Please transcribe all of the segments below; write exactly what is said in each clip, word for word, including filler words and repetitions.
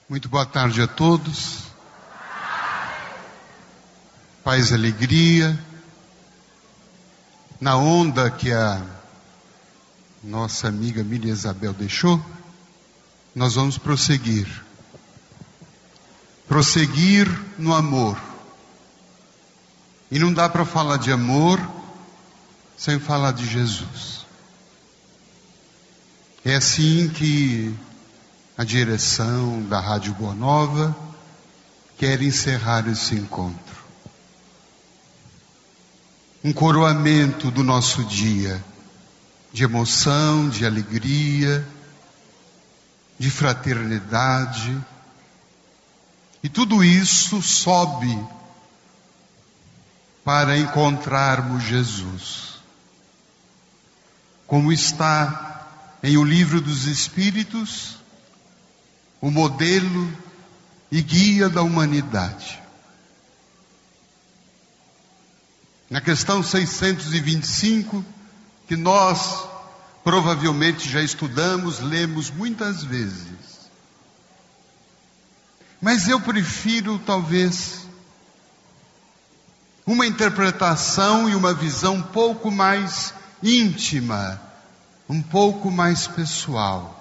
Muito boa tarde a todos. Paz e alegria. Na onda que a nossa amiga Miriam Isabel deixou, nós vamos prosseguir. Prosseguir no amor. E não dá para falar de amor sem falar de Jesus. É assim que a direção da Rádio Boa Nova quer encerrar esse encontro. Um coroamento do nosso dia, de emoção, de alegria, de fraternidade. E tudo isso sobe para encontrarmos Jesus. Como está em O Livro dos Espíritos, o modelo e guia da humanidade. Na questão seiscentos e vinte e cinco, que nós provavelmente já estudamos, lemos muitas vezes. Mas eu prefiro, talvez, uma interpretação e uma visão um pouco mais íntima, um pouco mais pessoal.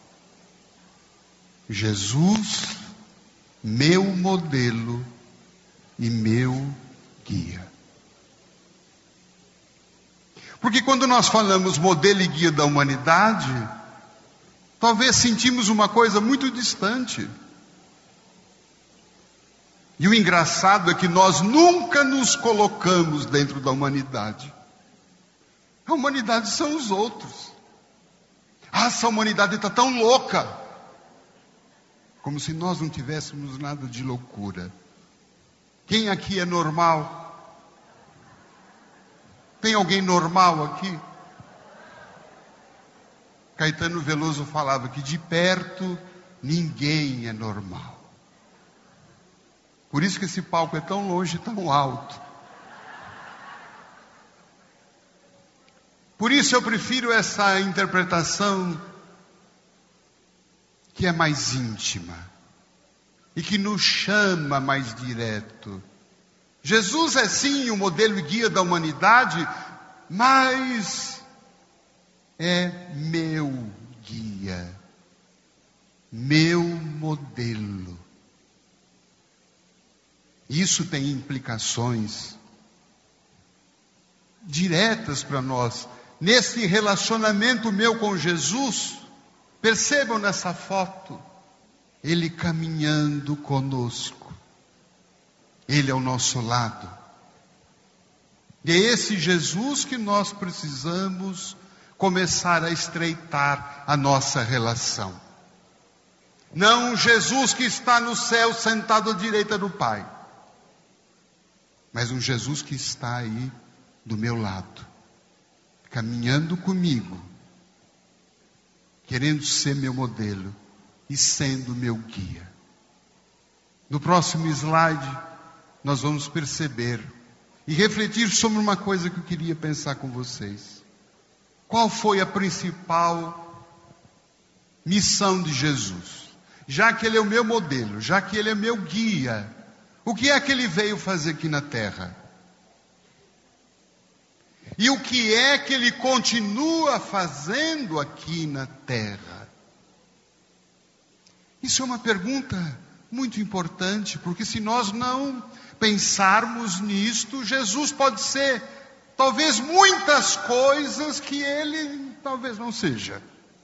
Jesus, meu modelo e meu guia. Porque quando nós falamos modelo e guia da humanidade, talvez sentimos uma coisa muito distante. E o engraçado é que nós nunca nos colocamos dentro da humanidade. A humanidade são os outros. Ah, essa humanidade está tão louca. Como se nós não tivéssemos nada de loucura. Quem aqui é normal? Tem alguém normal aqui? Caetano Veloso falava que de perto ninguém é normal. Por isso que esse palco é tão longe e tão alto. Por isso eu prefiro essa interpretação que é mais íntima e que nos chama mais direto. Jesus é sim o modelo e guia da humanidade, mas é meu guia, meu modelo. Isso tem implicações diretas para nós. Nesse relacionamento meu com Jesus, percebam nessa foto, Ele caminhando conosco. Ele é ao nosso lado. E é esse Jesus que nós precisamos começar a estreitar a nossa relação. Não um Jesus que está no céu sentado à direita do Pai, mas um Jesus que está aí do meu lado, caminhando comigo, querendo ser meu modelo e sendo meu guia. No próximo slide, nós vamos perceber e refletir sobre uma coisa que eu queria pensar com vocês. Qual foi a principal missão de Jesus? Já que Ele é o meu modelo, já que Ele é meu guia, o que é que Ele veio fazer aqui na Terra? E o que é que Ele continua fazendo aqui na Terra? Isso é uma pergunta muito importante, porque se nós não pensarmos nisto, Jesus pode ser talvez muitas coisas que Ele talvez não seja.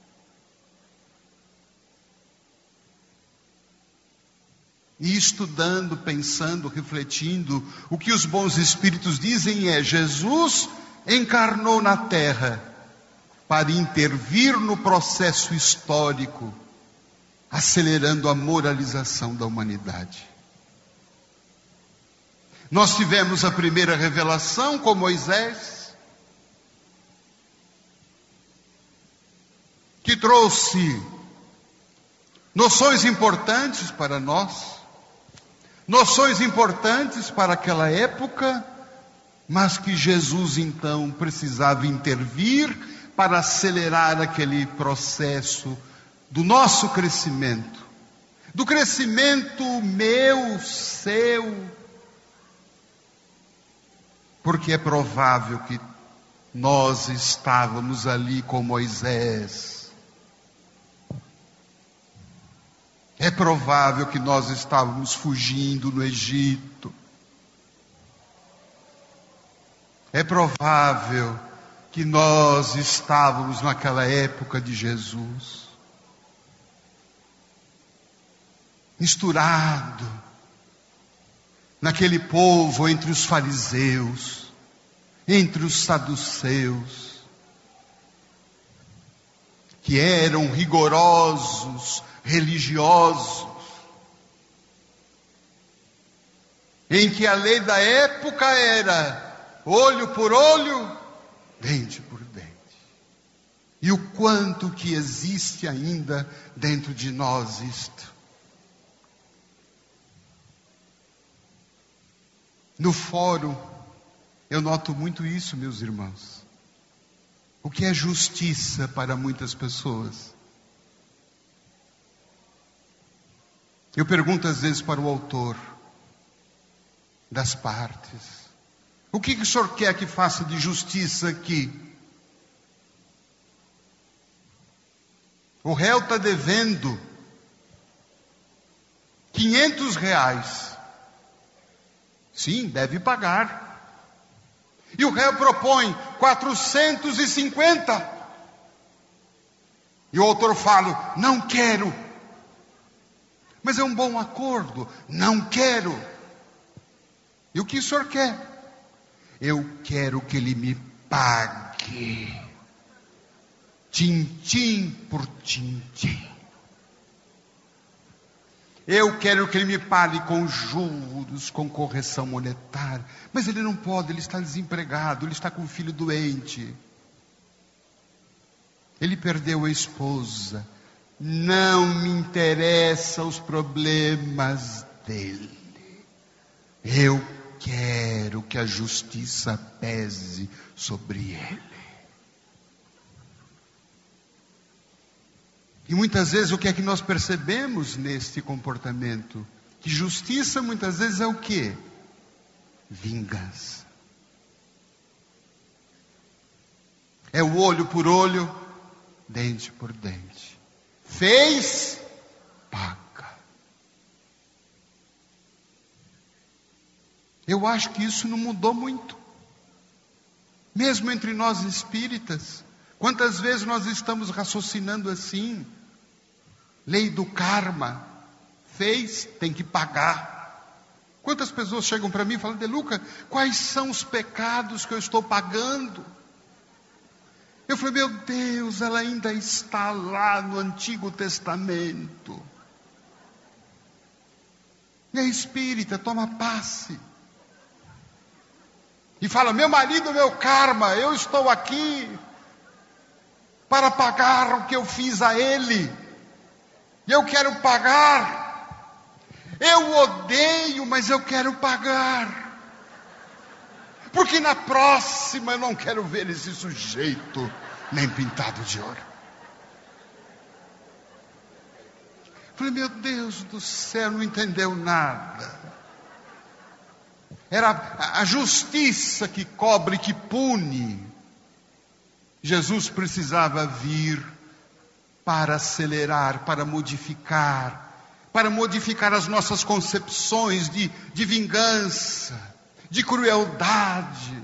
E estudando, pensando, refletindo, o que os bons espíritos dizem é: Jesus encarnou na Terra para intervir no processo histórico, acelerando a moralização da humanidade. Nós tivemos a primeira revelação com Moisés, que trouxe noções importantes para nós, noções importantes para aquela época, mas que Jesus então precisava intervir para acelerar aquele processo do nosso crescimento, do crescimento meu, seu, porque é provável que nós estávamos ali com Moisés. É provável que nós estávamos fugindo no Egito. É provável que nós estávamos naquela época de Jesus, misturado naquele povo entre os fariseus, entre os saduceus, que eram rigorosos, religiosos, em que a lei da época era olho por olho, dente por dente. E o quanto que existe ainda dentro de nós isto. No fórum, eu noto muito isso, meus irmãos. O que é justiça para muitas pessoas? Eu pergunto às vezes para o autor das partes: o que, que o senhor quer que faça de justiça aqui? O réu está devendo quinhentos reais. Sim, deve pagar. E o réu propõe quatrocentos e cinquenta. E o autor fala: não quero. Mas é um bom acordo. Não quero. E o que o senhor quer? Eu quero que ele me pague. Tintim por tintim. Eu quero que ele me pague com juros, com correção monetária. Mas ele não pode, ele está desempregado, ele está com um filho doente. Ele perdeu a esposa. Não me interessam os problemas dele. Eu quero que a justiça pese sobre ele. E muitas vezes o que é que nós percebemos neste comportamento? Que justiça muitas vezes é o quê? Vingança. É o olho por olho, dente por dente. Fez, paga. Eu acho que isso não mudou muito. Mesmo entre nós espíritas, quantas vezes nós estamos raciocinando assim? Lei do karma. Fez, tem que pagar. Quantas pessoas chegam para mim e falam: De Luca, quais são os pecados que eu estou pagando? Eu falei: meu Deus, ela ainda está lá no Antigo Testamento. E é espírita, toma passe. E fala: meu marido, meu karma, eu estou aqui para pagar o que eu fiz a ele. E eu quero pagar. Eu odeio, mas eu quero pagar. Porque na próxima eu não quero ver esse sujeito nem pintado de ouro. Falei: meu Deus do céu, não entendeu nada. Era a justiça que cobre, que pune. Jesus precisava vir para acelerar, para modificar, para modificar as nossas concepções de, de vingança, de crueldade,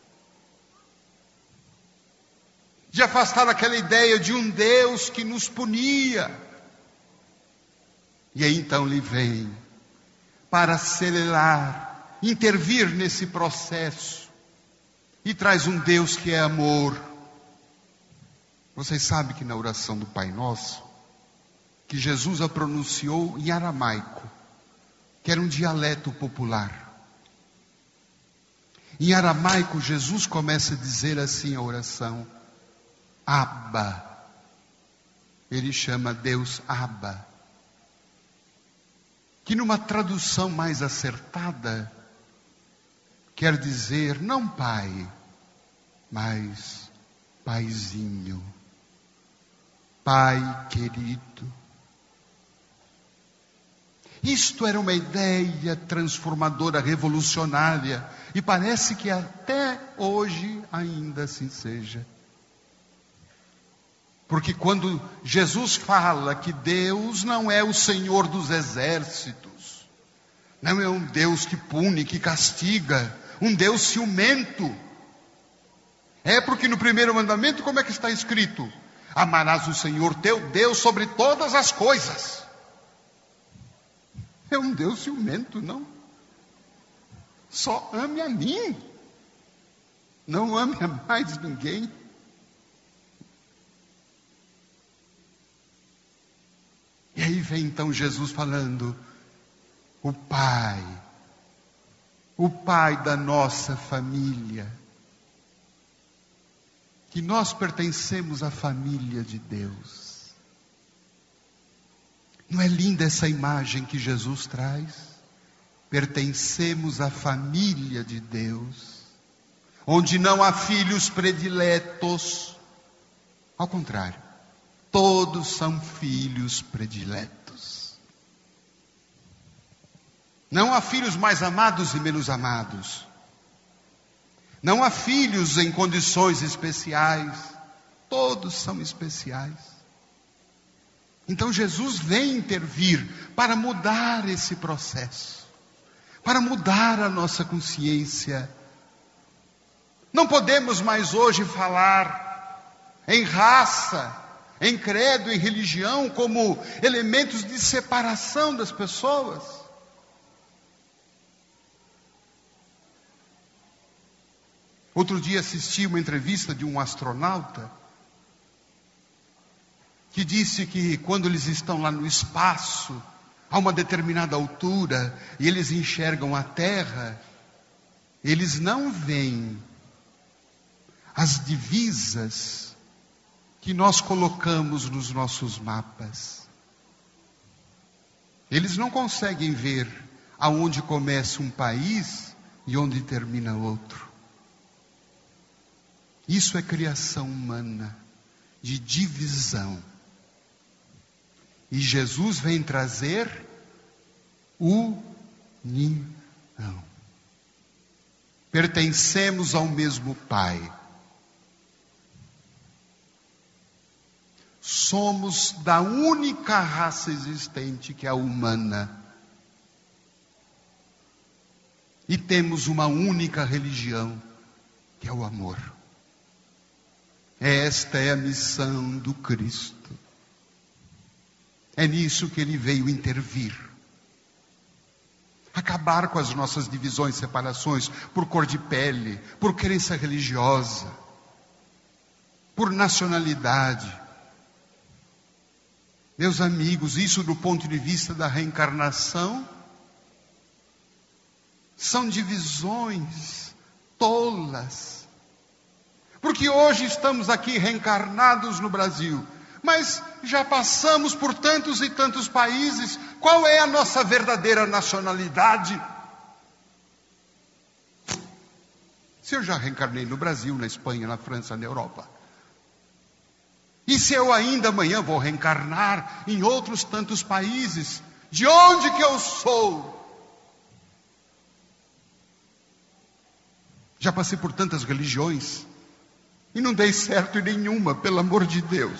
de afastar aquela ideia de um Deus que nos punia. E aí então ele vem para acelerar, intervir nesse processo e traz um Deus que é amor. Vocês sabem que na oração do Pai Nosso, que Jesus a pronunciou em aramaico, que era um dialeto popular. Em aramaico, Jesus começa a dizer assim a oração: Abba. Ele chama Deus Abba. Que numa tradução mais acertada, quer dizer não pai, mas paizinho. Pai querido. Isto era uma ideia transformadora, revolucionária, e parece que até hoje ainda assim seja. Porque quando Jesus fala que Deus não é o Senhor dos exércitos, não é um Deus que pune, que castiga, um Deus ciumento. É porque no primeiro mandamento, como é que está escrito? Amarás o Senhor teu Deus sobre todas as coisas. É um Deus ciumento, não? Só ame a mim. Não ame a mais ninguém. E aí vem então Jesus falando, o Pai, o Pai da nossa família, que nós pertencemos à família de Deus. Não é linda essa imagem que Jesus traz? Pertencemos à família de Deus, onde não há filhos prediletos. Ao contrário, todos são filhos prediletos. Não há filhos mais amados e menos amados. Não há filhos em condições especiais. Todos são especiais. Então Jesus vem intervir para mudar esse processo, para mudar a nossa consciência. Não podemos mais hoje falar em raça, em credo, em religião, como elementos de separação das pessoas. Outro dia assisti uma entrevista de um astronauta que disse que quando eles estão lá no espaço, a uma determinada altura, e eles enxergam a Terra, eles não veem as divisas que nós colocamos nos nossos mapas. Eles não conseguem ver aonde começa um país e onde termina outro. Isso é criação humana, de divisão. E Jesus vem trazer união. Pertencemos ao mesmo Pai. Somos da única raça existente, que é a humana. E temos uma única religião, que é o amor. Esta é a missão do Cristo. É nisso que Ele veio intervir. Acabar com as nossas divisões, separações, por cor de pele, por crença religiosa, por nacionalidade. Meus amigos, isso do ponto de vista da reencarnação, são divisões tolas. Porque hoje estamos aqui reencarnados no Brasil, mas já passamos por tantos e tantos países. Qual é a nossa verdadeira nacionalidade? Se eu já reencarnei no Brasil, na Espanha, na França, na Europa. E se eu ainda amanhã vou reencarnar em outros tantos países, de onde que eu sou? Já passei por tantas religiões e não dei certo em nenhuma, pelo amor de Deus.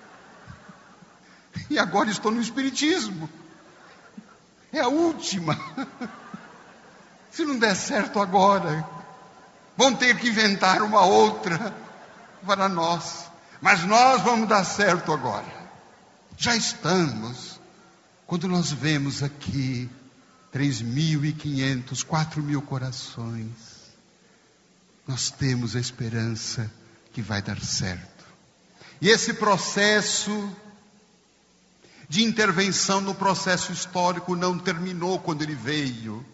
E agora estou no Espiritismo. É a última. Se não der certo agora, vão ter que inventar uma outra para nós. Mas nós vamos dar certo agora. Já estamos. Quando nós vemos aqui três mil e quinhentos, quatro mil corações, nós temos a esperança que vai dar certo. E esse processo de intervenção no processo histórico não terminou quando ele veio.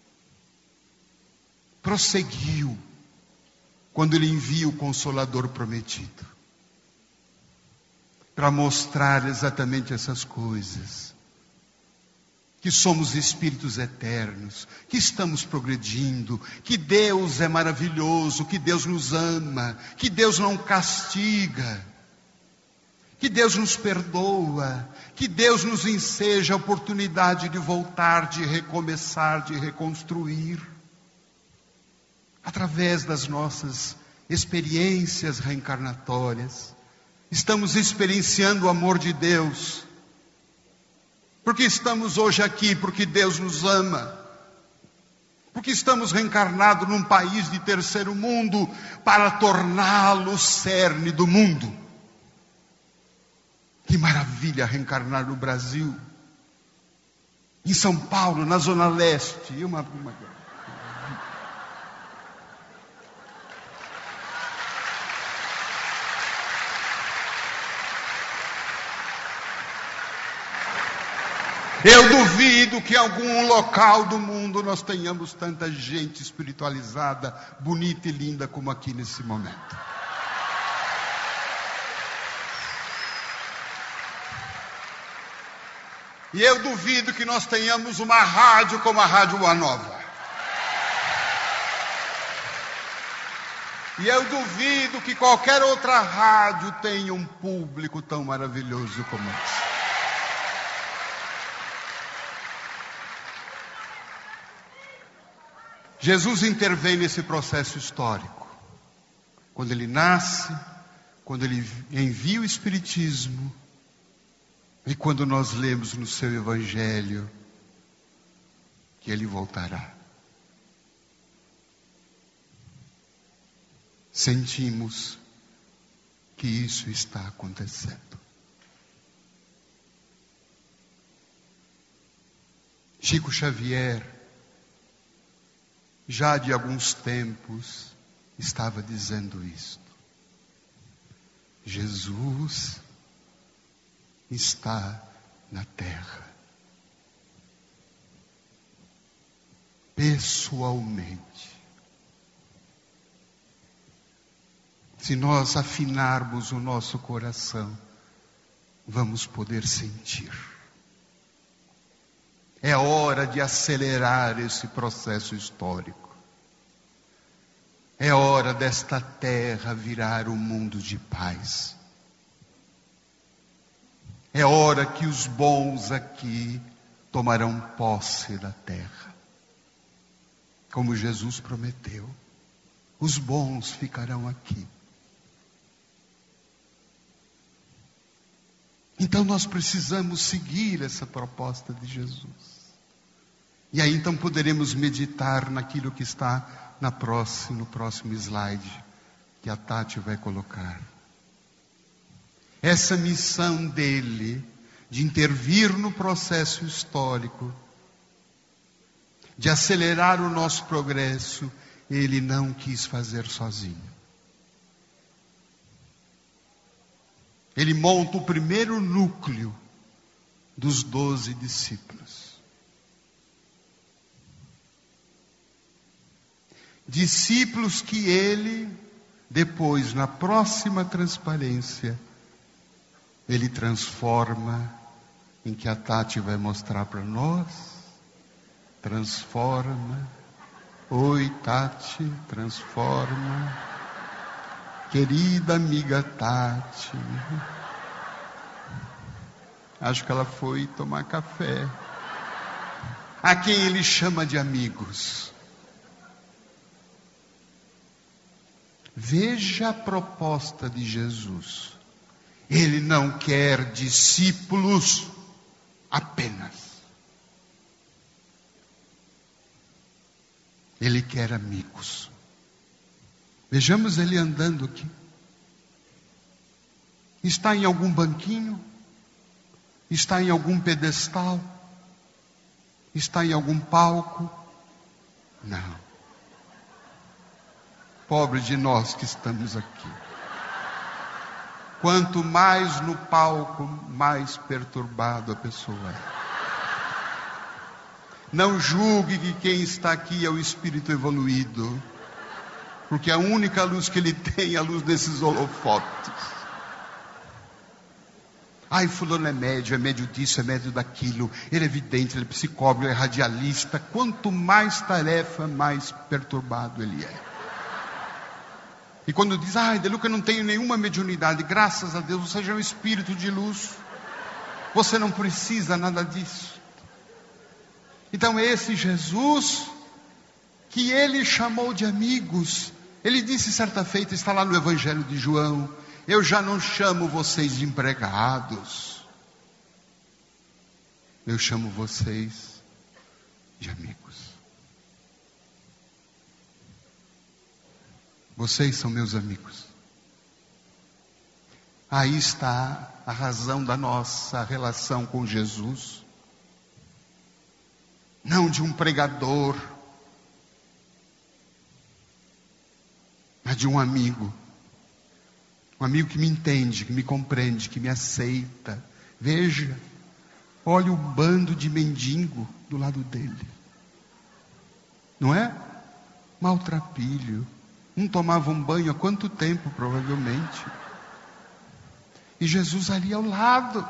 Prosseguiu quando ele envia o Consolador prometido, para mostrar exatamente essas coisas. Que somos espíritos eternos, que estamos progredindo, que Deus é maravilhoso, que Deus nos ama, que Deus não castiga, que Deus nos perdoa, que Deus nos enseja a oportunidade de voltar, de recomeçar, de reconstruir, através das nossas experiências reencarnatórias. Estamos experienciando o amor de Deus, porque estamos hoje aqui, porque Deus nos ama, porque estamos reencarnados num país de terceiro mundo, para torná-lo o cerne do mundo. Que maravilha reencarnar no Brasil, em São Paulo, na Zona Leste. Uma, uma... Eu duvido que em algum local do mundo nós tenhamos tanta gente espiritualizada, bonita e linda como aqui nesse momento. E eu duvido que nós tenhamos uma rádio como a Rádio Boa Nova. E eu duvido que qualquer outra rádio tenha um público tão maravilhoso como esse. Jesus intervém nesse processo histórico. Quando ele nasce, quando ele envia o Espiritismo, e quando nós lemos no seu Evangelho que ele voltará. Sentimos que isso está acontecendo. Chico Xavier, já de alguns tempos, estava dizendo isto. Jesus está na terra, pessoalmente. Se nós afinarmos o nosso coração, vamos poder sentir. É hora de acelerar esse processo histórico. É hora desta terra virar um mundo de paz. É hora que os bons aqui tomarão posse da terra. Como Jesus prometeu, os bons ficarão aqui. Então nós precisamos seguir essa proposta de Jesus. E aí então poderemos meditar naquilo que está na próxima, no próximo slide, que a Tati vai colocar. Essa missão dele, de intervir no processo histórico, de acelerar o nosso progresso, ele não quis fazer sozinho. Ele monta o primeiro núcleo dos doze discípulos. Discípulos que ele, depois, na próxima transparência, ele transforma em que a Tati vai mostrar para nós. Transforma. Oi, Tati, transforma. Querida amiga Tati. Acho que ela foi tomar café. A quem ele chama de amigos. Veja a proposta de Jesus. Ele não quer discípulos apenas. Ele quer amigos. Vejamos ele andando aqui. Está em algum banquinho? Está em algum pedestal? Está em algum palco? Não. Pobre de nós que estamos aqui. Quanto mais no palco, mais perturbado a pessoa é. Não julgue que quem está aqui é o espírito evoluído, porque a única luz que ele tem é a luz desses holofotes. Ai, fulano é médio, é médio disso, é médio daquilo, ele é vidente, ele é psicólogo, ele é radialista. Quanto mais tarefa, mais perturbado ele é. E E quando diz, ai, De Luca, eu não tenho nenhuma mediunidade, graças a Deus, você já é um espírito de luz. Você não precisa nada disso. Então esse Jesus, que ele chamou de amigos, ele disse certa feita, está lá no Evangelho de João, eu já não chamo vocês de empregados, eu chamo vocês de amigos. Vocês são meus amigos. Aí está a razão da nossa relação com Jesus. Não de um pregador, mas de um amigo. Um amigo que me entende, que me compreende, que me aceita. Veja, olha o bando de mendigo do lado dele. Não é? Maltrapilho. Não tomava um banho há quanto tempo, provavelmente. E Jesus ali ao lado.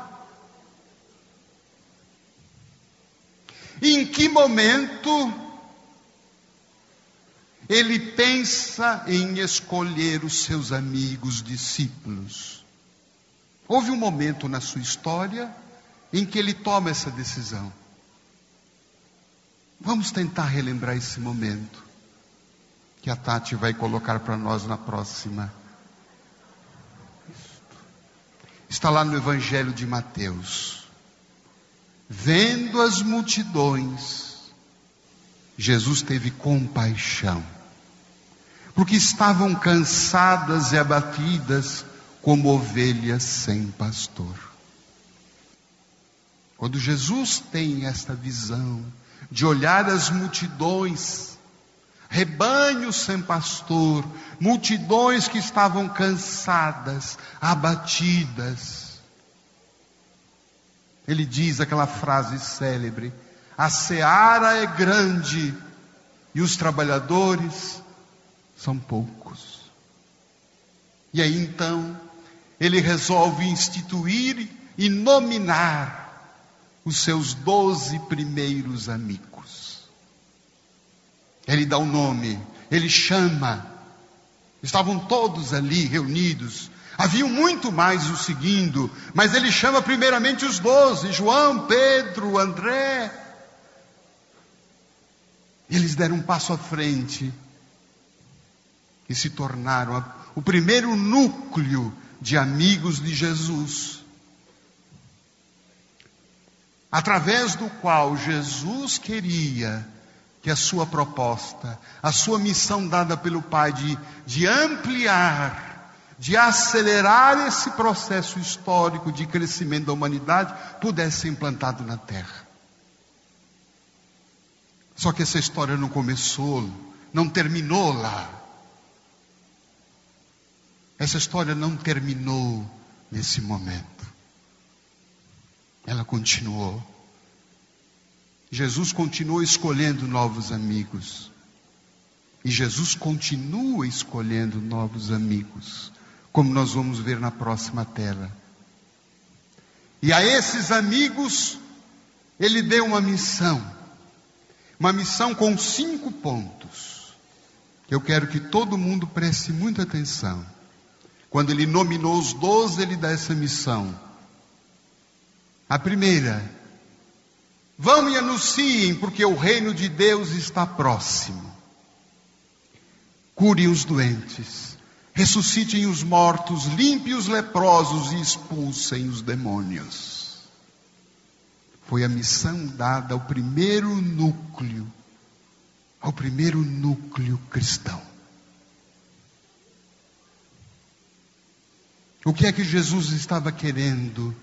E em que momento ele pensa em escolher os seus amigos, discípulos? Houve um momento na sua história em que ele toma essa decisão. Vamos tentar relembrar esse momento, que a Tati vai colocar para nós na próxima. Está lá no Evangelho de Mateus. Vendo as multidões, Jesus teve compaixão, porque estavam cansadas e abatidas como ovelhas sem pastor. Quando Jesus tem esta visão de olhar as multidões, rebanhos sem pastor, multidões que estavam cansadas, abatidas, ele diz aquela frase célebre: a seara é grande e os trabalhadores são poucos. E aí então ele resolve instituir e nominar os seus doze primeiros amigos. Ele dá o nome, ele chama. Estavam todos ali reunidos. Haviam muito mais o seguindo, mas ele chama primeiramente os doze, João, Pedro, André. Eles deram um passo à frente e se tornaram a, o primeiro núcleo de amigos de Jesus, através do qual Jesus queria que a sua proposta, a sua missão dada pelo Pai de, de ampliar, de acelerar esse processo histórico de crescimento da humanidade, pudesse ser implantado na Terra. Só que essa história não começou, não terminou lá. Essa história não terminou nesse momento. Ela continuou. Jesus continuou escolhendo novos amigos. E Jesus continua escolhendo novos amigos, como nós vamos ver na próxima tela. E a esses amigos, ele deu uma missão. Uma missão com cinco pontos. Eu quero que todo mundo preste muita atenção. Quando ele nominou os doze, ele dá essa missão. A primeira: vão e anunciem, porque o reino de Deus está próximo. Curem os doentes, ressuscitem os mortos, limpem os leprosos e expulsem os demônios. Foi a missão dada ao primeiro núcleo, ao primeiro núcleo cristão. O que é que Jesus estava querendo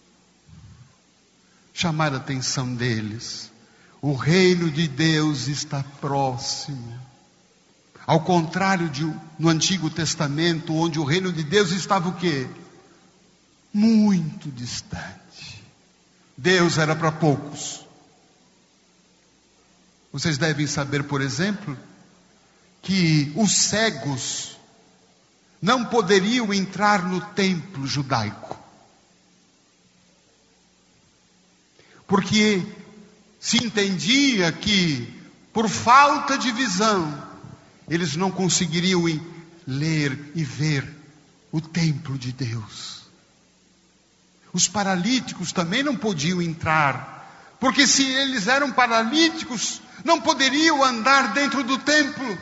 chamar a atenção deles? O reino de Deus está próximo. Ao contrário de no Antigo Testamento, onde o reino de Deus estava o quê? Muito distante. Deus era para poucos. Vocês devem saber, por exemplo, que os cegos não poderiam entrar no templo judaico. Porque se entendia que, por falta de visão, eles não conseguiriam ler e ver o templo de Deus. Os paralíticos também não podiam entrar, porque se eles eram paralíticos, não poderiam andar dentro do templo.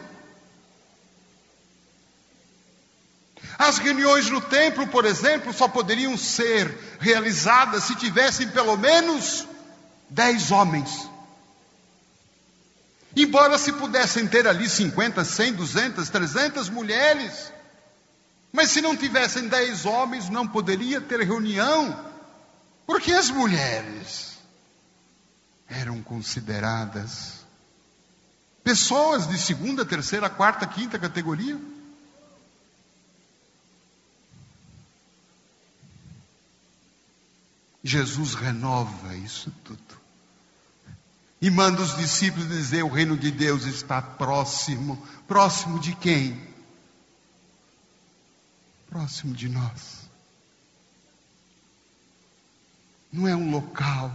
As reuniões no templo, por exemplo, só poderiam ser realizadas se tivessem pelo menos dez homens. Embora se pudessem ter ali cinquenta, cem, duzentas, trezentas mulheres, mas se não tivessem dez homens, não poderia ter reunião, porque as mulheres eram consideradas pessoas de segunda, terceira, quarta, quinta categoria. Jesus renova isso tudo. E manda os discípulos dizer: o reino de Deus está próximo. Próximo de quem? Próximo de nós. Não é um local.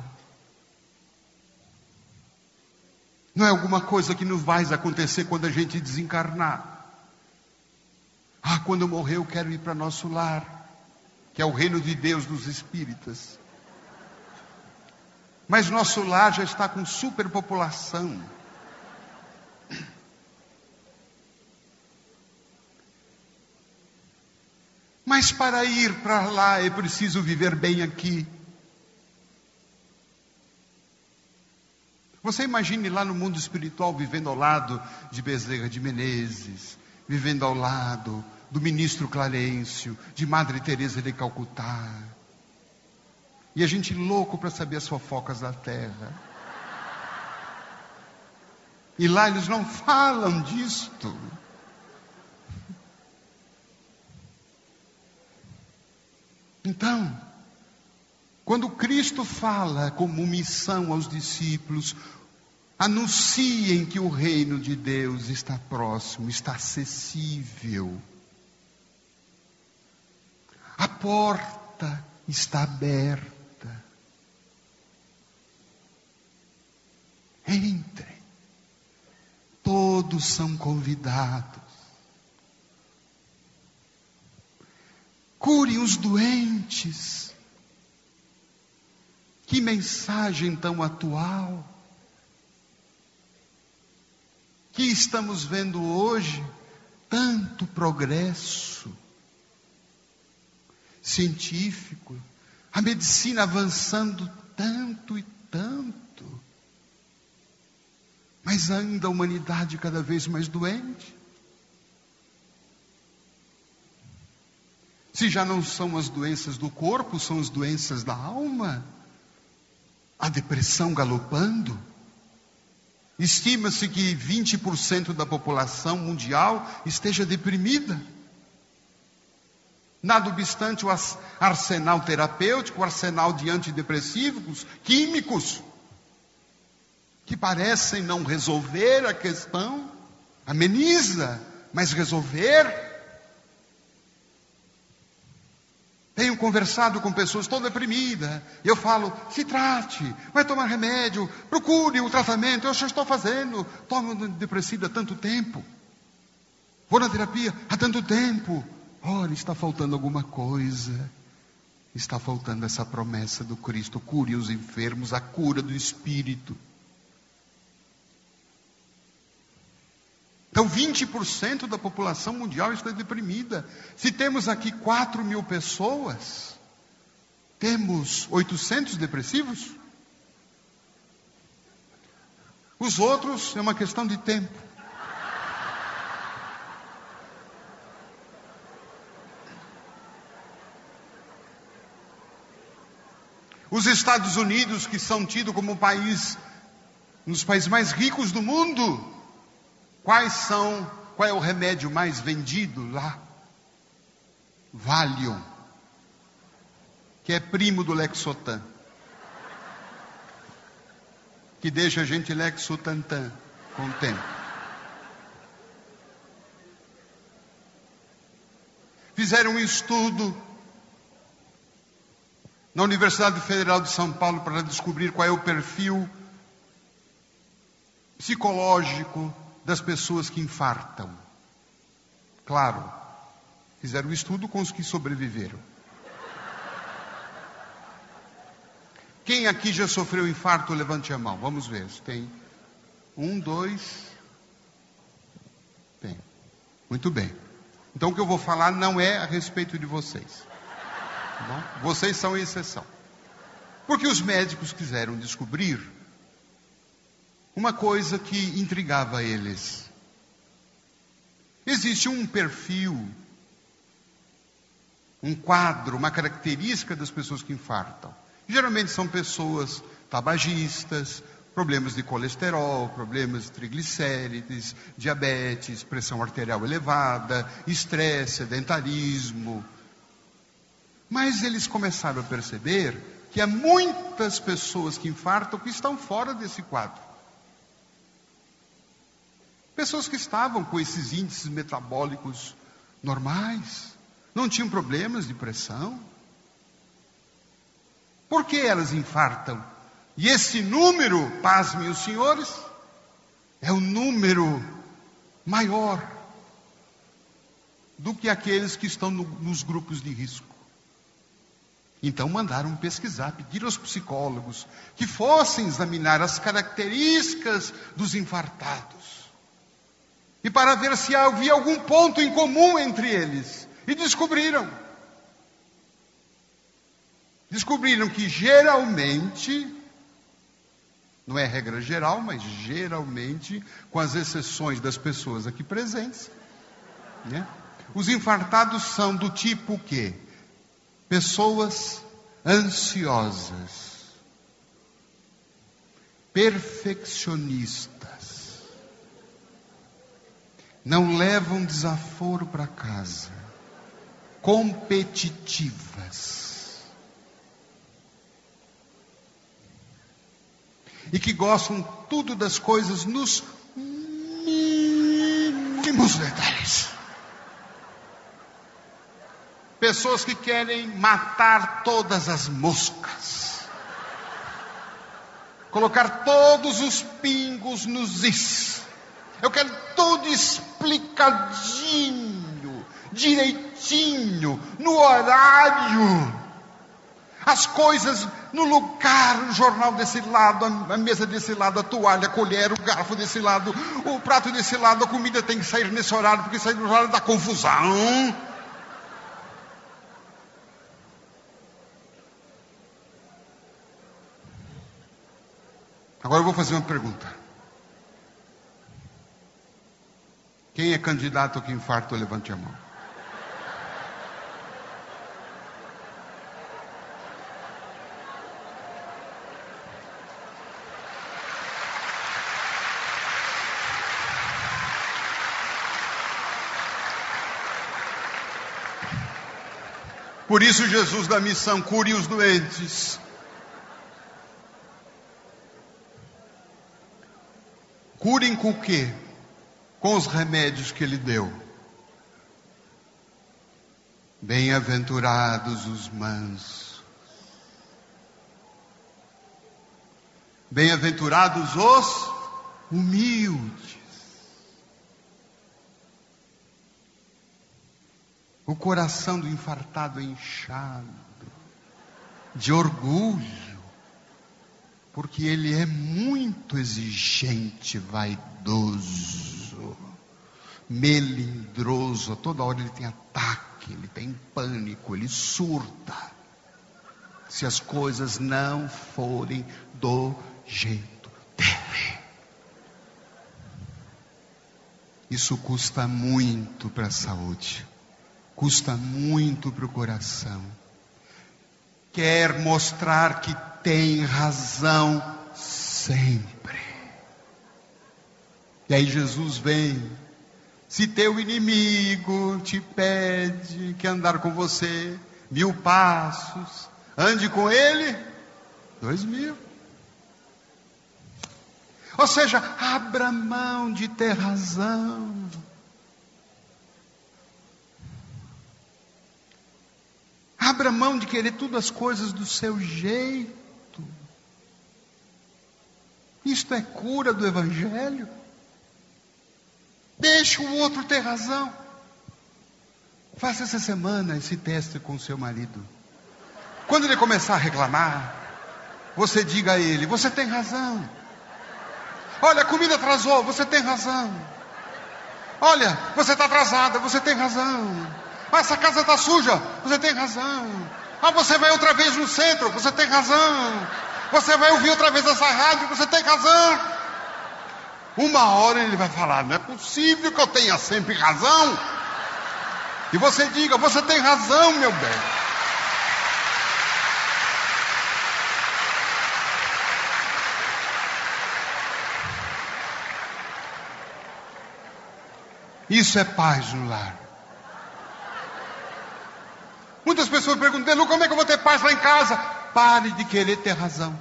Não é alguma coisa que nos vai acontecer quando a gente desencarnar. Ah, quando eu morrer eu quero ir para nosso lar, que é o reino de Deus dos espíritas. Mas nosso lar já está com superpopulação. Mas para ir para lá é preciso viver bem aqui. Você imagine lá no mundo espiritual, vivendo ao lado de Bezerra de Menezes, vivendo ao lado do ministro Clarencio, de Madre Teresa de Calcutá. E a gente louco para saber as fofocas da terra. E lá eles não falam disto. Então, quando Cristo fala como missão aos discípulos, anunciem que o reino de Deus está próximo, está acessível. A porta está aberta. Entrem. Todos são convidados. Curem os doentes. Que mensagem tão atual. Que estamos vendo hoje tanto progresso científico, a medicina avançando tanto e tanto, mas ainda a humanidade cada vez mais doente. Se já não são as doenças do corpo, são as doenças da alma. A depressão galopando. Estima-se que vinte por cento da população mundial esteja deprimida. Nada obstante o arsenal terapêutico, o arsenal de antidepressivos, químicos, que parecem não resolver a questão, ameniza, mas resolver. Tenho conversado com pessoas, estou deprimida. Eu falo, se trate, vai tomar remédio, procure o tratamento. Eu já estou fazendo, tomo antidepressivo há tanto tempo. Vou na terapia há tanto tempo. Olha, está faltando alguma coisa. Está faltando essa promessa do Cristo. Cure os enfermos, a cura do Espírito. Então vinte por cento da população mundial está deprimida. Se temos aqui quatro mil pessoas, temos oitocentos depressivos? Os outros é uma questão de tempo. Os Estados Unidos, que são tidos como um país, um dos países mais ricos do mundo, quais são, qual é o remédio mais vendido lá? Valium, que é primo do Lexotan, que deixa a gente lexotantã com o tempo. Fizeram um estudo na Universidade Federal de São Paulo para descobrir qual é o perfil psicológico das pessoas que infartam. Claro, Fizeram o estudo com os que sobreviveram. Quem aqui já sofreu infarto, levante a mão. Vamos ver. Tem um, dois. Tem. Muito bem. Então o que eu vou falar não é a respeito de vocês. Tá bom? Vocês são a exceção. Porque os médicos quiseram descobrir uma coisa que intrigava eles. Existe um perfil, um quadro, uma característica das pessoas que infartam. Geralmente são pessoas tabagistas, problemas de colesterol, problemas de triglicérides, diabetes, pressão arterial elevada, estresse, sedentarismo. Mas eles começaram a perceber que há muitas pessoas que infartam que estão fora desse quadro. Pessoas que estavam com esses índices metabólicos normais, não tinham problemas de pressão. Por que elas infartam? E esse número, pasmem os senhores, é o número maior do que aqueles que estão no, nos grupos de risco. Então mandaram pesquisar, pediram aos psicólogos que fossem examinar as características dos infartados. E para ver se havia algum ponto em comum entre eles. E descobriram. Descobriram que geralmente, não é regra geral, mas geralmente, com as exceções das pessoas aqui presentes, né? Os infartados são do tipo o quê? Pessoas ansiosas, perfeccionistas, não levam desaforo para casa, competitivas, e que gostam tudo das coisas nos mínimos detalhes. Pessoas que querem matar todas as moscas. Colocar todos os pingos nos is. Eu quero tudo explicadinho, direitinho, no horário. As coisas no lugar, o jornal desse lado, a mesa desse lado, a toalha, a colher, o garfo desse lado, o prato desse lado, a comida tem que sair nesse horário, porque sair no horário dá confusão. Agora eu vou fazer uma pergunta. Quem é candidato que infarto, levante a mão. Por isso Jesus dá missão, cure os doentes. Curem com o quê? Com os remédios que ele deu. Bem-aventurados os mansos. Bem-aventurados os humildes. O coração do infartado é inchado de orgulho, porque ele é muito exigente, vaidoso, melindroso. A toda hora ele tem ataque, ele tem pânico, ele surta. Se as coisas não forem do jeito dele. Isso custa muito para a saúde. Custa muito para o coração. Quer mostrar que tem razão sempre. E aí Jesus vem. Se teu inimigo te pede que andar com você mil passos, ande com ele dois mil. Ou seja, abra mão de ter razão. Abra mão de querer tudo as coisas do seu jeito. Isto é cura do Evangelho. Deixa o outro ter razão. Faça essa semana esse teste com o seu marido. Quando ele começar a reclamar, você diga a ele: você tem razão. Olha, a comida atrasou, você tem razão. Olha, você está atrasada, você tem razão. Ah, essa casa está suja, você tem razão. Ah, você vai outra vez no centro, você tem razão. Você vai ouvir outra vez essa rádio, você tem razão. Uma hora ele vai falar: não é possível que eu tenha sempre razão. E você diga: você tem razão, meu bem. Isso é paz no lar. Muitas pessoas perguntam: Delu, como é que eu vou ter paz lá em casa? Pare de querer ter razão.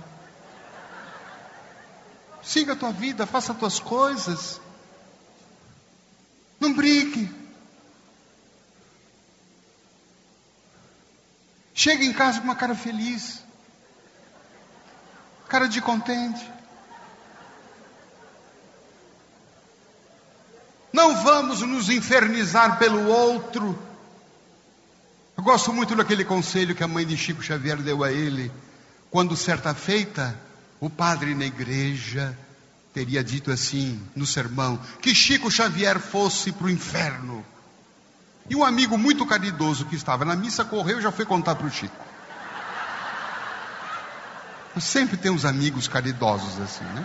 Siga a tua vida, faça as tuas coisas. Não brigue. Chega em casa com uma cara feliz, cara de contente. Não vamos nos infernizar pelo outro. Eu gosto muito daquele conselho que a mãe de Chico Xavier deu a ele, quando certa feita o padre na igreja teria dito assim no sermão, que Chico Xavier fosse para o inferno. E um amigo muito caridoso que estava na missa correu e já foi contar para o Chico. Eu sempre tenho uns amigos caridosos assim, né?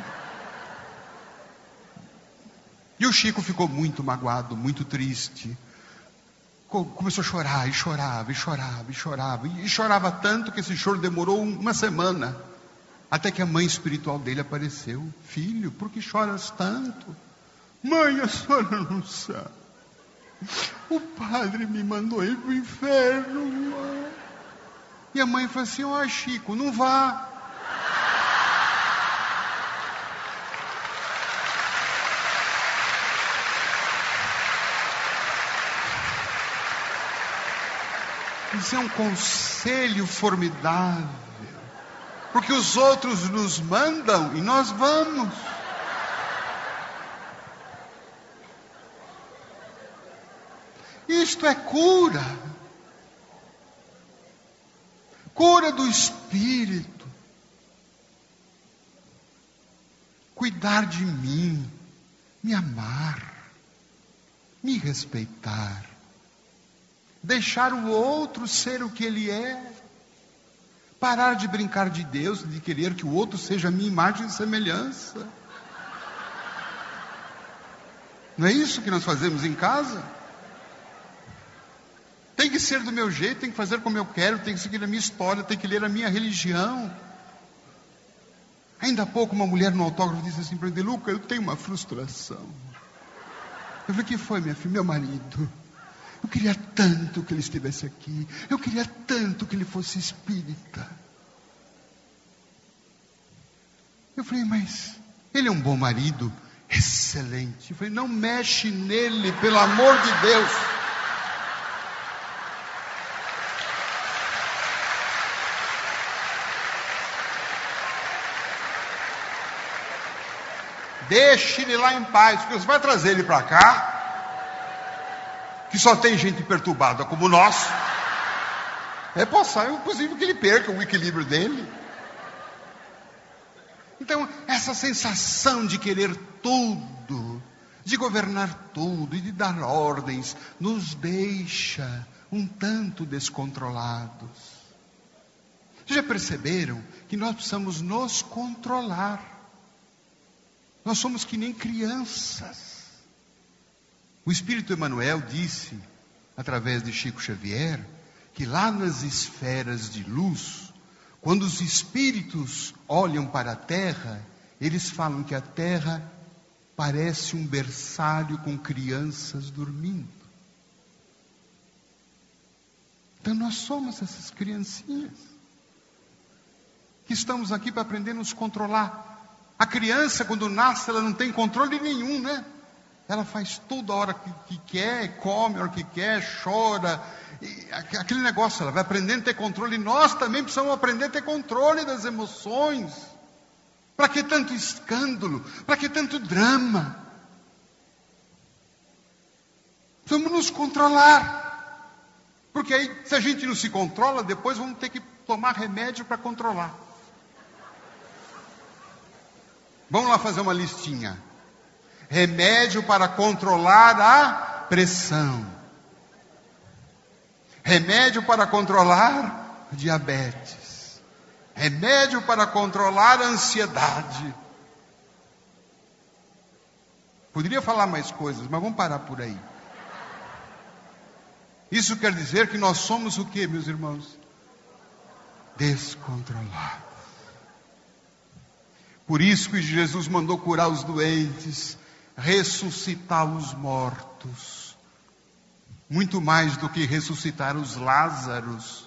E o Chico ficou muito magoado, muito triste. Começou a chorar, e chorava, e chorava, e chorava. E chorava tanto que esse choro demorou uma semana. Até que a mãe espiritual dele apareceu. Filho, por que choras tanto? Mãe, a senhora não sabe. O padre me mandou ir para o inferno, mãe. E a mãe falou assim: ó, oh, Chico, não vá. Isso é um conselho formidável. Porque os outros nos mandam e nós vamos. Isto é cura. Cura do espírito. Cuidar de mim, me amar, me respeitar. Deixar o outro ser o que ele é. Parar de brincar de Deus, de querer que o outro seja a minha imagem e semelhança. Não é isso que nós fazemos em casa? Tem que ser do meu jeito, tem que fazer como eu quero, tem que seguir a minha história, tem que ler a minha religião. Ainda há pouco uma mulher no autógrafo disse assim para mim: Luca, eu tenho uma frustração. Eu falei: que foi, minha filha? Meu marido. Eu queria tanto que ele estivesse aqui. Eu queria tanto que ele fosse espírita. Eu falei: mas ele é um bom marido? Excelente. Eu falei: não mexe nele, pelo amor de Deus. Deixe ele lá em paz, porque você vai trazer ele para cá, que só tem gente perturbada como nós. É possível, inclusive, que ele perca o equilíbrio dele. Então, essa sensação de querer tudo, de governar tudo e de dar ordens, nos deixa um tanto descontrolados. Vocês já perceberam que nós precisamos nos controlar? Nós somos que nem crianças. O Espírito Emmanuel disse, através de Chico Xavier, que lá nas esferas de luz, quando os espíritos olham para a Terra, eles falam que a Terra parece um berçário com crianças dormindo. Então nós somos essas criancinhas, que estamos aqui para aprender a nos controlar. A criança, quando nasce, ela não tem controle nenhum, né? Ela faz tudo a hora que, que quer, come a hora que quer, chora. E aquele negócio, ela vai aprendendo a ter controle. E nós também precisamos aprender a ter controle das emoções. Para que tanto escândalo? Para que tanto drama? Vamos nos controlar. Porque aí, se a gente não se controla, depois vamos ter que tomar remédio para controlar. Vamos lá fazer uma listinha. Remédio para controlar a pressão. Remédio para controlar a diabetes. Remédio para controlar a ansiedade. Poderia falar mais coisas, mas vamos parar por aí. Isso quer dizer que nós somos o quê, meus irmãos? Descontrolados. Por isso que Jesus mandou curar os doentes, ressuscitar os mortos. Muito mais do que ressuscitar os Lázaros.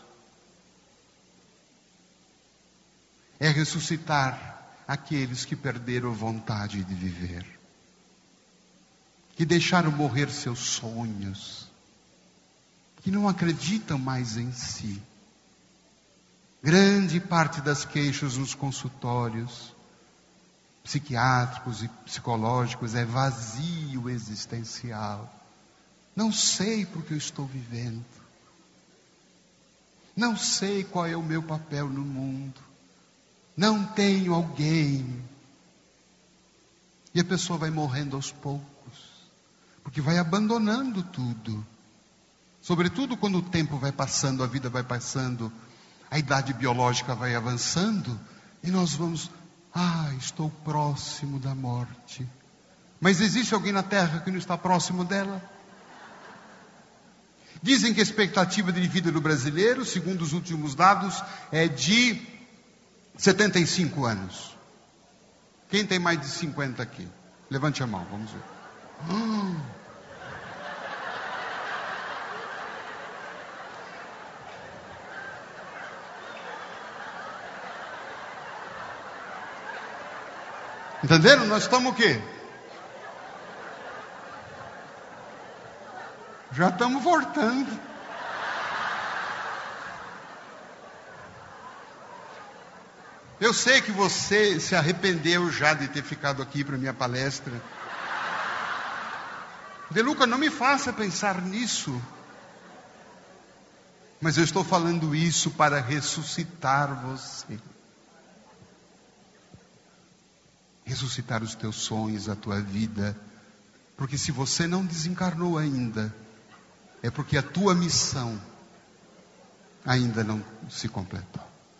É ressuscitar aqueles que perderam vontade de viver. Que deixaram morrer seus sonhos. Que não acreditam mais em si. Grande parte das queixas nos consultórios psiquiátricos e psicológicos é vazio existencial. Não sei porque eu estou vivendo. Não sei qual é o meu papel no mundo. Não tenho alguém. E a pessoa vai morrendo aos poucos, porque vai abandonando tudo. Sobretudo quando o tempo vai passando, a vida vai passando, a idade biológica vai avançando, e nós vamos, ah, estou próximo da morte. Mas existe alguém na Terra que não está próximo dela? Dizem que a expectativa de vida do brasileiro, segundo os últimos dados, é de setenta e cinco anos. Quem tem mais de cinquenta aqui? Levante a mão, vamos ver. Hum. Entenderam? Nós estamos o quê? Já estamos voltando. Eu sei que você se arrependeu já de ter ficado aqui para minha palestra. De Luca, não me faça pensar nisso. Mas eu estou falando isso para ressuscitar você. Ressuscitar os teus sonhos, a tua vida. Porque se você não desencarnou ainda, é porque a tua missão ainda não se completou.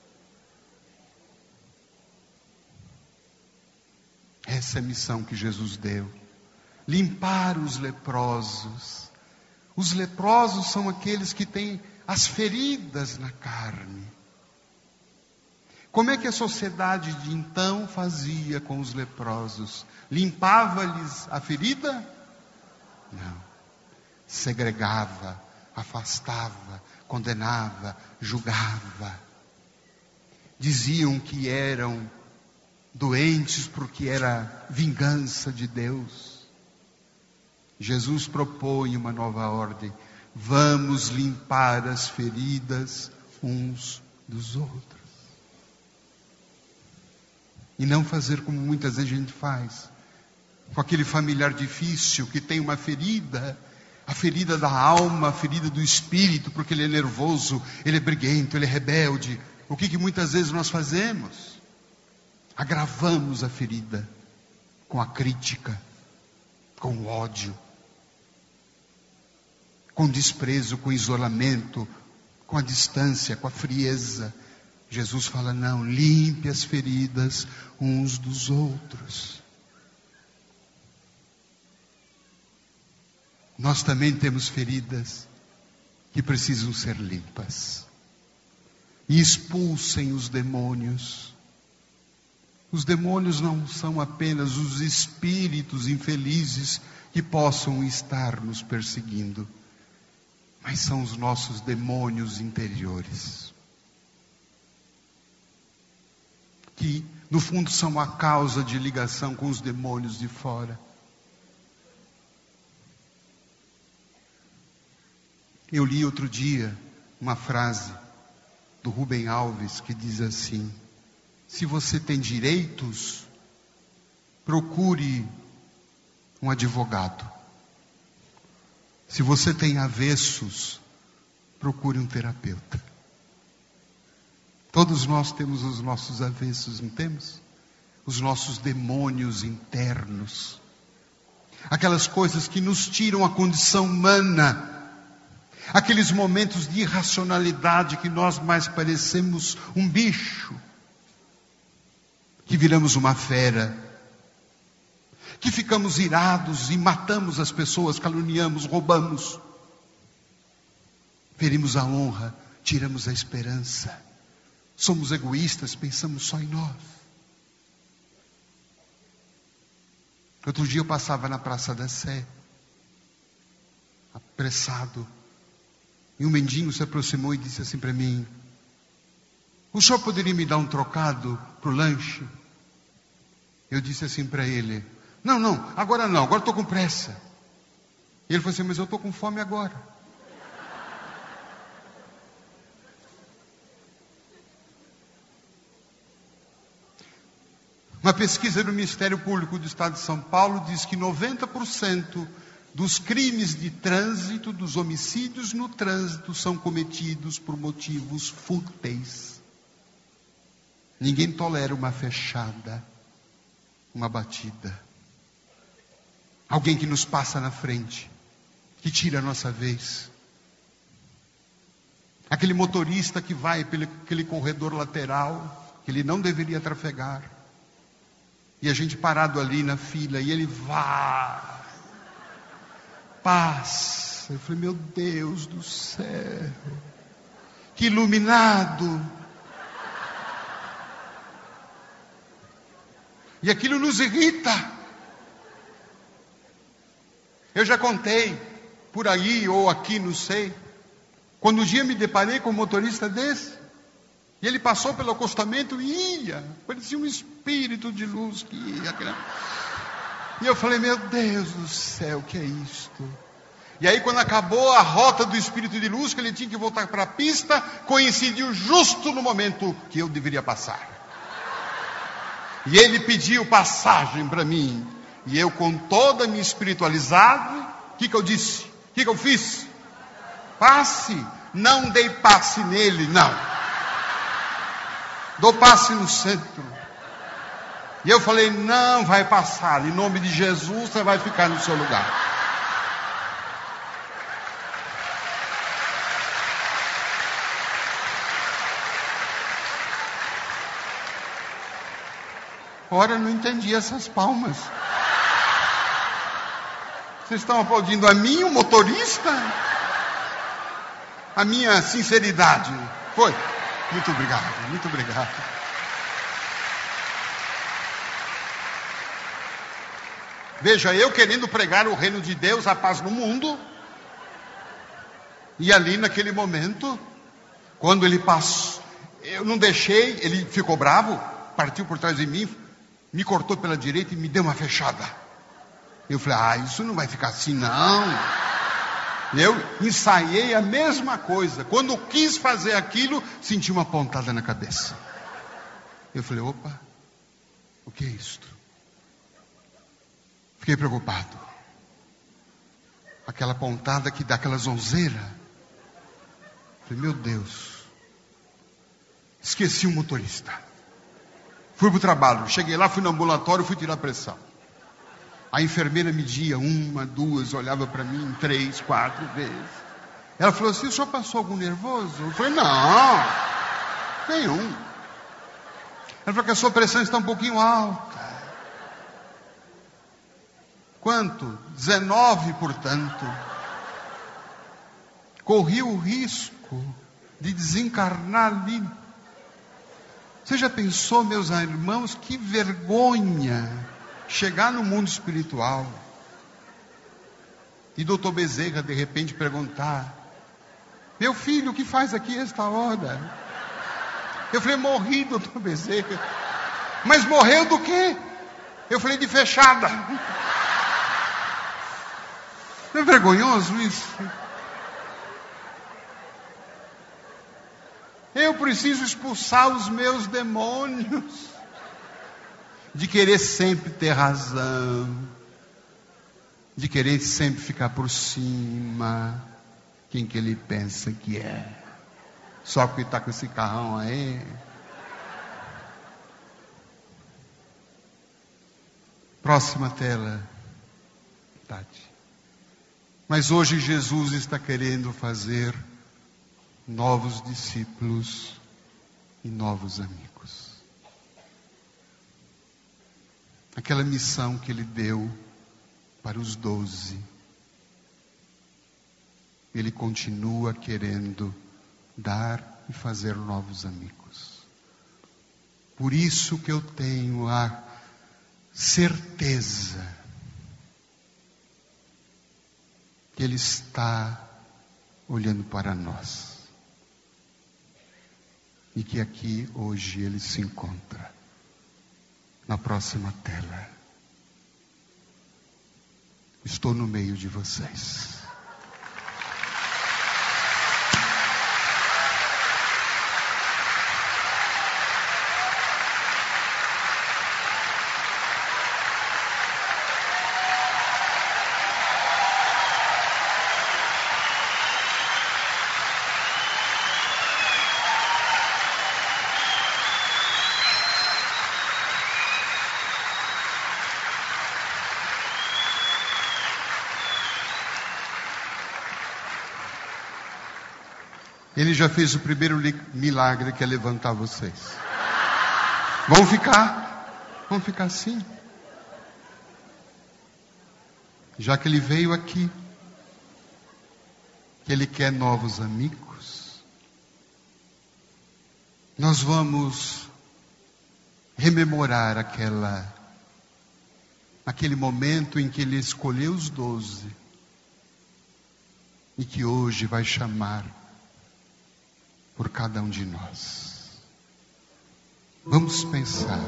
Essa é a missão que Jesus deu. Limpar os leprosos. Os leprosos são aqueles que têm as feridas na carne. Como é que a sociedade de então fazia com os leprosos? Limpava-lhes a ferida? Não. Segregava, afastava, condenava, julgava. Diziam que eram doentes porque era vingança de Deus. Jesus propõe uma nova ordem. Vamos limpar as feridas uns dos outros. E não fazer como muitas vezes a gente faz. Com aquele familiar difícil que tem uma ferida. A ferida da alma, a ferida do espírito, porque ele é nervoso, ele é briguento, ele é rebelde. O que, que muitas vezes nós fazemos? Agravamos a ferida com a crítica, com o ódio, com o desprezo, com o isolamento, com a distância, com a frieza. Jesus fala, não, limpe as feridas uns dos outros. Nós também temos feridas que precisam ser limpas. E expulsem os demônios. Os demônios não são apenas os espíritos infelizes que possam estar nos perseguindo, mas são os nossos demônios interiores, que no fundo são a causa de ligação com os demônios de fora. Eu li outro dia uma frase do Rubem Alves que diz assim: se você tem direitos, procure um advogado. Se você tem avessos, procure um terapeuta. Todos nós temos os nossos avessos, não temos? Os nossos demônios internos. Aquelas coisas que nos tiram a condição humana. Aqueles momentos de irracionalidade que nós mais parecemos um bicho. Que viramos uma fera. Que ficamos irados e matamos as pessoas, caluniamos, roubamos. Ferimos a honra, tiramos a esperança. Somos egoístas, pensamos só em nós. Outro dia eu passava na Praça da Sé, apressado, e um mendigo se aproximou e disse assim para mim: o senhor poderia me dar um trocado para o lanche? Eu disse assim para ele: não, não, agora não, agora estou com pressa. E ele falou assim: mas eu estou com fome agora. Uma pesquisa do Ministério Público do Estado de São Paulo diz que noventa por cento dos crimes de trânsito, dos homicídios no trânsito, são cometidos por motivos fúteis. Ninguém tolera uma fechada, uma batida. Alguém que nos passa na frente, que tira a nossa vez. Aquele motorista que vai pelo aquele corredor lateral, que ele não deveria trafegar. E a gente parado ali na fila, e ele vai, passa. Eu falei: meu Deus do céu, que iluminado. E aquilo nos irrita. Eu já contei, por aí ou aqui, não sei, quando um dia me deparei com um motorista desse, e ele passou pelo acostamento e ia, parecia um espírito de luz que ia. E eu falei: meu Deus do céu, o que é isto? E aí, quando acabou a rota do espírito de luz, que ele tinha que voltar para a pista, coincidiu justo no momento que eu deveria passar. E ele pediu passagem para mim. E eu, com toda a minha espiritualidade, o que, que eu disse? O que, que eu fiz? Passe. Não dei passe nele, não. Dou passe no centro. E eu falei: não vai passar. Em nome de Jesus, você vai ficar no seu lugar. Ora, eu não entendi essas palmas. Vocês estão aplaudindo a mim, o motorista? A minha sinceridade. Foi? Muito obrigado, muito obrigado. Veja, eu querendo pregar o reino de Deus, a paz no mundo. E ali naquele momento, quando ele passou, eu não deixei, ele ficou bravo, partiu por trás de mim, me cortou pela direita e me deu uma fechada. Eu falei: ah, isso não vai ficar assim não. Eu ensaiei a mesma coisa. Quando quis fazer aquilo, senti uma pontada na cabeça. Eu falei: opa, o que é isto? Fiquei preocupado. Aquela pontada que dá aquela zonzeira. Falei: meu Deus. Esqueci o motorista. Fui para o trabalho. Cheguei lá, fui no ambulatório, fui tirar pressão. A enfermeira media uma, duas, olhava para mim, três, quatro vezes. Ela falou assim: o senhor passou algum nervoso? Eu falei: não, nenhum. Ela falou que a sua pressão está um pouquinho alta. Quanto? dezenove, portanto. Corri o risco de desencarnar ali. Você já pensou, meus irmãos, que vergonha chegar no mundo espiritual e doutor Bezerra de repente perguntar: meu filho, o que faz aqui esta hora? Eu falei: morri, doutor Bezerra. Mas morreu do quê? Eu falei: de fechada. Não é vergonhoso isso? Eu preciso expulsar os meus demônios de querer sempre ter razão, de querer sempre ficar por cima, Quem que ele pensa que é? Só que está com esse carrão aí. Próxima tela, Tati. Mas hoje Jesus está querendo fazer novos discípulos e novos amigos. Aquela missão que ele deu para os doze, ele continua querendo dar e fazer novos amigos. Por isso que eu tenho a certeza que Ele está olhando para nós. E que aqui hoje Ele se encontra. Na próxima tela. Estou no meio de vocês. Ele já fez o primeiro milagre, que é levantar vocês. Vão ficar? Vão ficar assim? Já que ele veio aqui, que ele quer novos amigos, nós vamos rememorar aquela, aquele momento em que ele escolheu os doze e que hoje vai chamar por cada um de nós. Vamos pensar.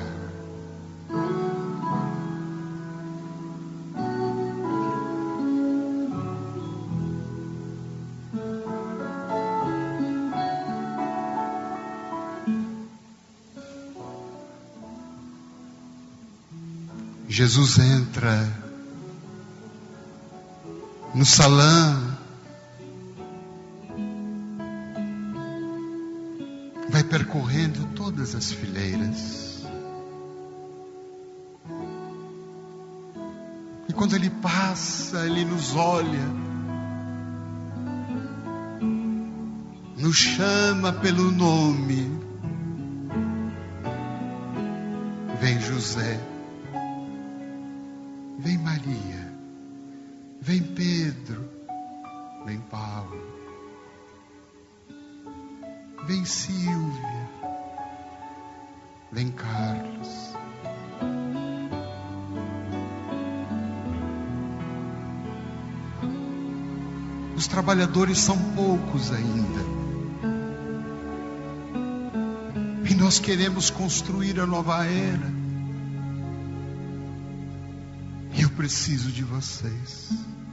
Jesus entra no salão, vai percorrendo todas as fileiras. E quando ele passa, ele nos olha, nos chama pelo nome. Vem José, vem Maria, vem Pedro, vem Paulo, vem Silvia, vem Carlos. Os trabalhadores são poucos ainda. E nós queremos construir a nova era. E eu preciso de vocês.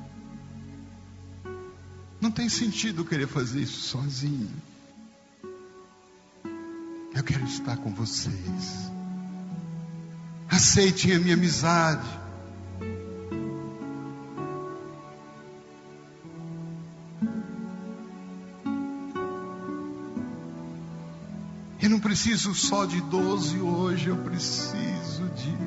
Não tem sentido querer fazer isso sozinho. Eu quero estar com vocês. Aceitem a minha amizade. Eu não preciso só de doze hoje, eu preciso de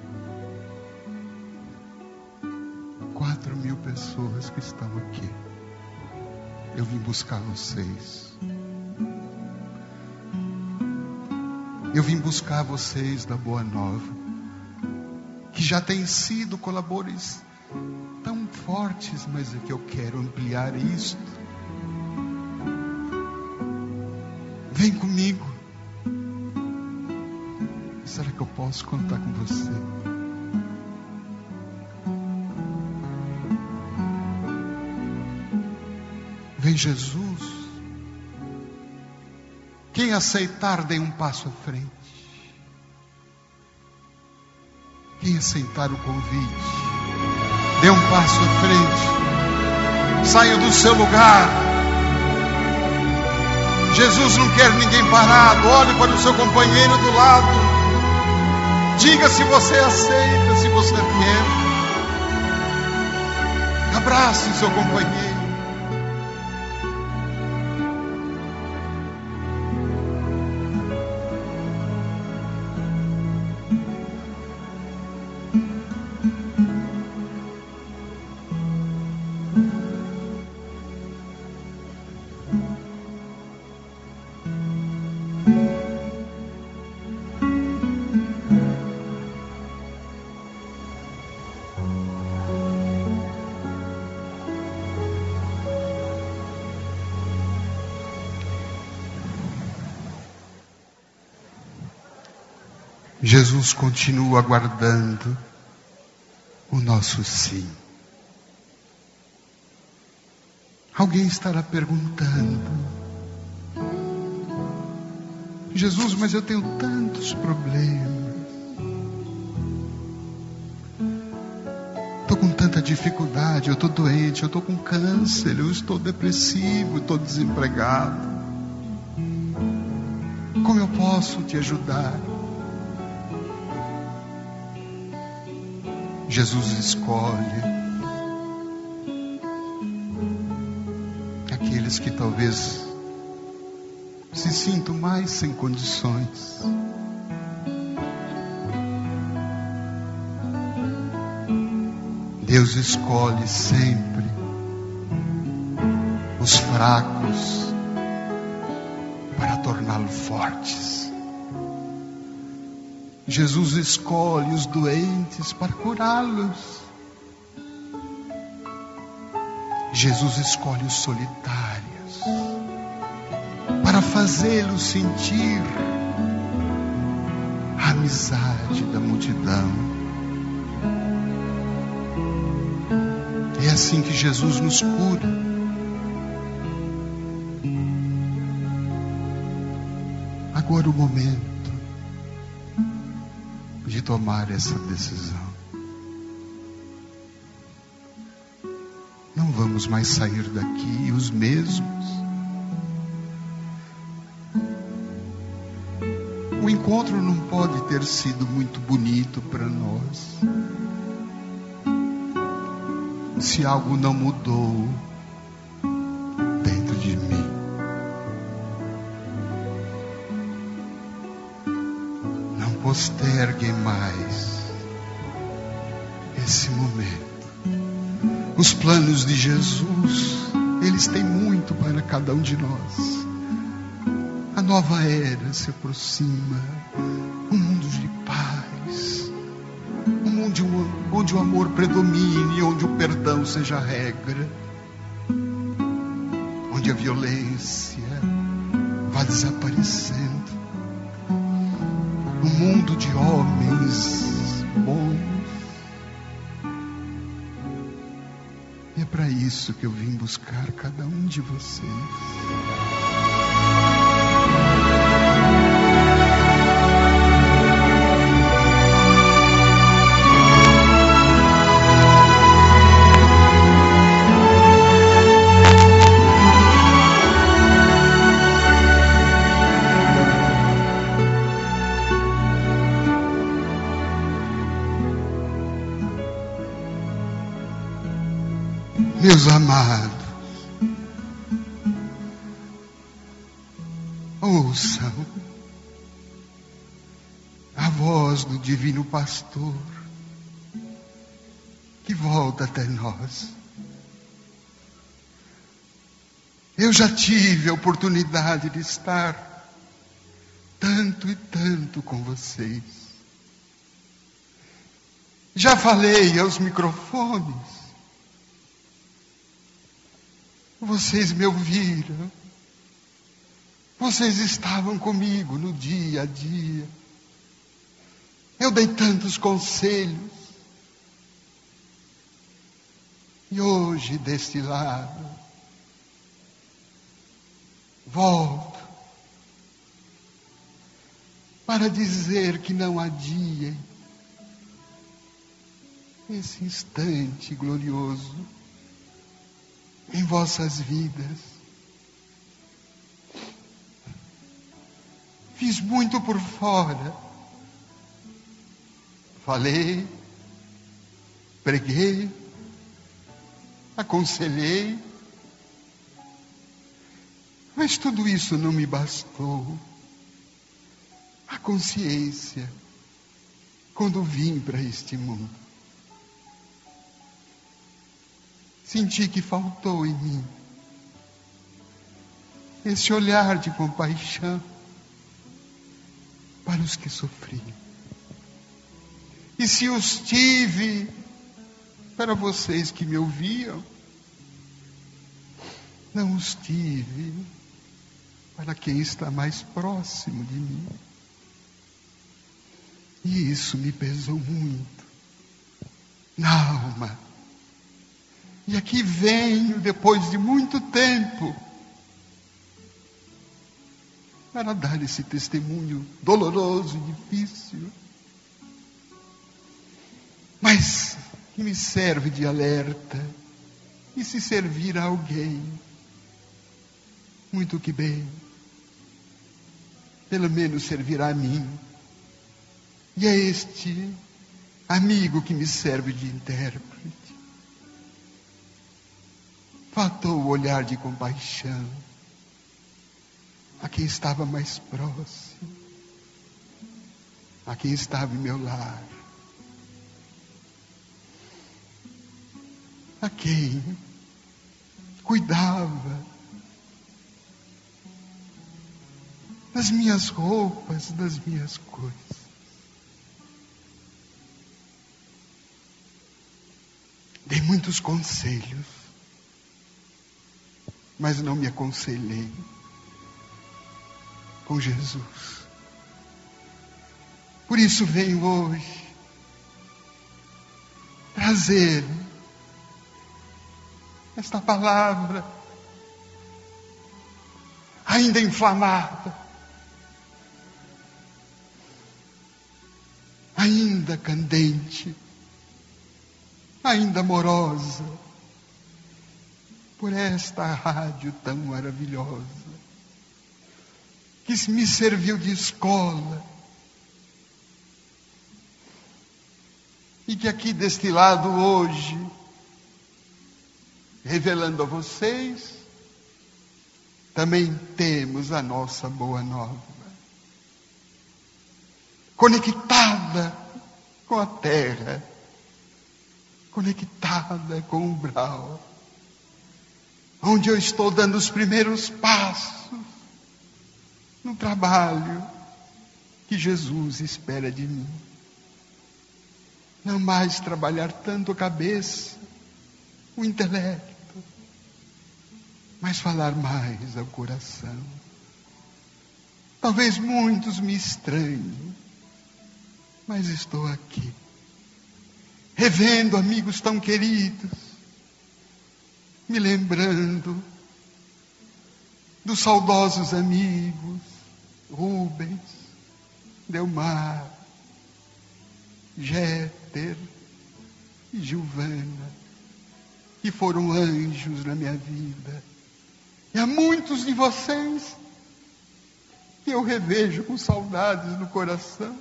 quatro mil pessoas que estão aqui. Eu vim buscar vocês. Eu vim buscar vocês da Boa Nova, que já têm sido colaboradores tão fortes, mas é que eu quero ampliar isto. Vem comigo. Será que eu posso contar com você? Vem Jesus. Quem aceitar, dê um passo à frente. Quem aceitar o convite, dê um passo à frente. Saia do seu lugar. Jesus não quer ninguém parado. Olhe para o seu companheiro do lado. Diga se você aceita, se você quer. Abrace seu companheiro. Jesus continua aguardando o nosso sim. Alguém estará perguntando: Jesus, mas eu tenho tantos problemas. Estou com tanta dificuldade, eu estou doente, eu estou com câncer, eu estou depressivo, estou desempregado. Como eu posso te ajudar? Jesus escolhe aqueles que talvez se sintam mais sem condições. Deus escolhe sempre os fracos para torná-los fortes. Jesus escolhe os doentes para curá-los. Jesus escolhe os solitários para fazê-los sentir a amizade da multidão. É assim que Jesus nos cura. Agora o momento de tomar essa decisão. Não vamos mais sair daqui os mesmos. O encontro não pode ter sido muito bonito para nós se algo não mudou dentro de mim. Não posterguem mais esse momento. Os planos de Jesus, eles têm muito para cada um de nós. A nova era se aproxima, um mundo de paz, um mundo onde o amor predomine, onde o perdão seja a regra, onde a violência vá desaparecendo, um mundo de homens bons. E é para isso que eu vim buscar cada um de vocês. Meus amados, ouçam a voz do Divino Pastor que volta até nós. Eu já tive a oportunidade de estar tanto e tanto com vocês. Já falei aos microfones. Vocês me ouviram. Vocês estavam comigo no dia a dia. Eu dei tantos conselhos. E hoje, deste lado, volto para dizer que não adiem esse instante glorioso em vossas vidas. Fiz muito por fora. Falei, preguei, aconselhei, mas tudo isso não me bastou. A consciência, quando vim para este mundo, senti que faltou em mim esse olhar de compaixão para os que sofriam. E se os tive para vocês que me ouviam, não os tive para quem está mais próximo de mim. E isso me pesou muito na alma. E aqui venho, depois de muito tempo, para dar esse testemunho doloroso e difícil, mas que me serve de alerta. E se servir a alguém, muito que bem, pelo menos servirá a mim. E é este amigo que me serve de intérprete. Faltou o olhar de compaixão a quem estava mais próximo, a quem estava em meu lar, a quem cuidava das minhas roupas, das minhas coisas. Dei muitos conselhos, mas não me aconselhei com Jesus. Por isso venho hoje trazer esta palavra ainda inflamada, ainda candente, ainda amorosa, por esta rádio tão maravilhosa, que me serviu de escola, e que aqui deste lado hoje, revelando a vocês, também temos a nossa boa nova, conectada com a terra, conectada com o umbral, onde eu estou dando os primeiros passos no trabalho que Jesus espera de mim. Não mais trabalhar tanto a cabeça, o intelecto, mas falar mais ao coração. Talvez muitos me estranhem, mas estou aqui, revendo amigos tão queridos, me lembrando dos saudosos amigos Rubens, Delmar, Jéter e Gilvana, que foram anjos na minha vida. E há muitos de vocês que eu revejo com saudades no coração,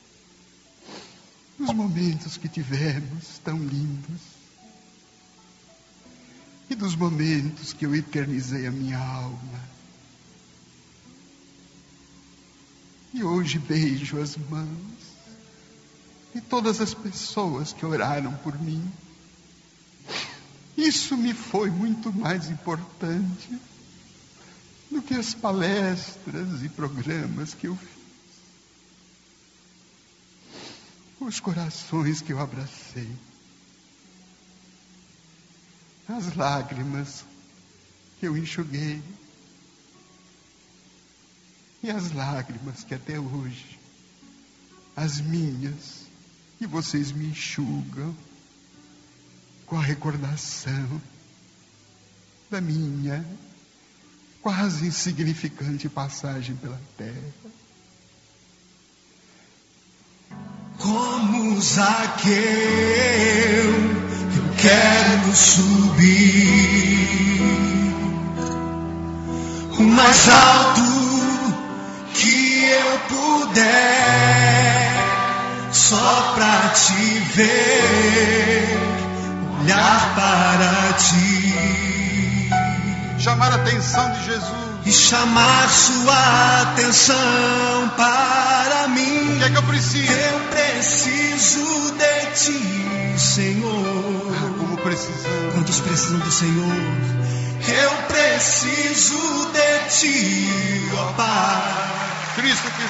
nos momentos que tivemos tão lindos, e dos momentos que eu eternizei a minha alma. E hoje beijo as mãos de todas as pessoas que oraram por mim. Isso me foi muito mais importante do que as palestras e programas que eu fiz. Os corações que eu abracei, as lágrimas que eu enxuguei, e as lágrimas que até hoje, as minhas, que vocês me enxugam com a recordação da minha quase insignificante passagem pela terra. Como Zaqueu, eu quero subir o mais alto que eu puder, só pra te ver, olhar para ti, chamar a atenção de Jesus e chamar sua atenção para mim. O que é que eu preciso? Eu preciso de ti, Senhor. Ah, como precisamos. Quantos precisam do Senhor? Eu preciso de ti, ó Pai. Cristo que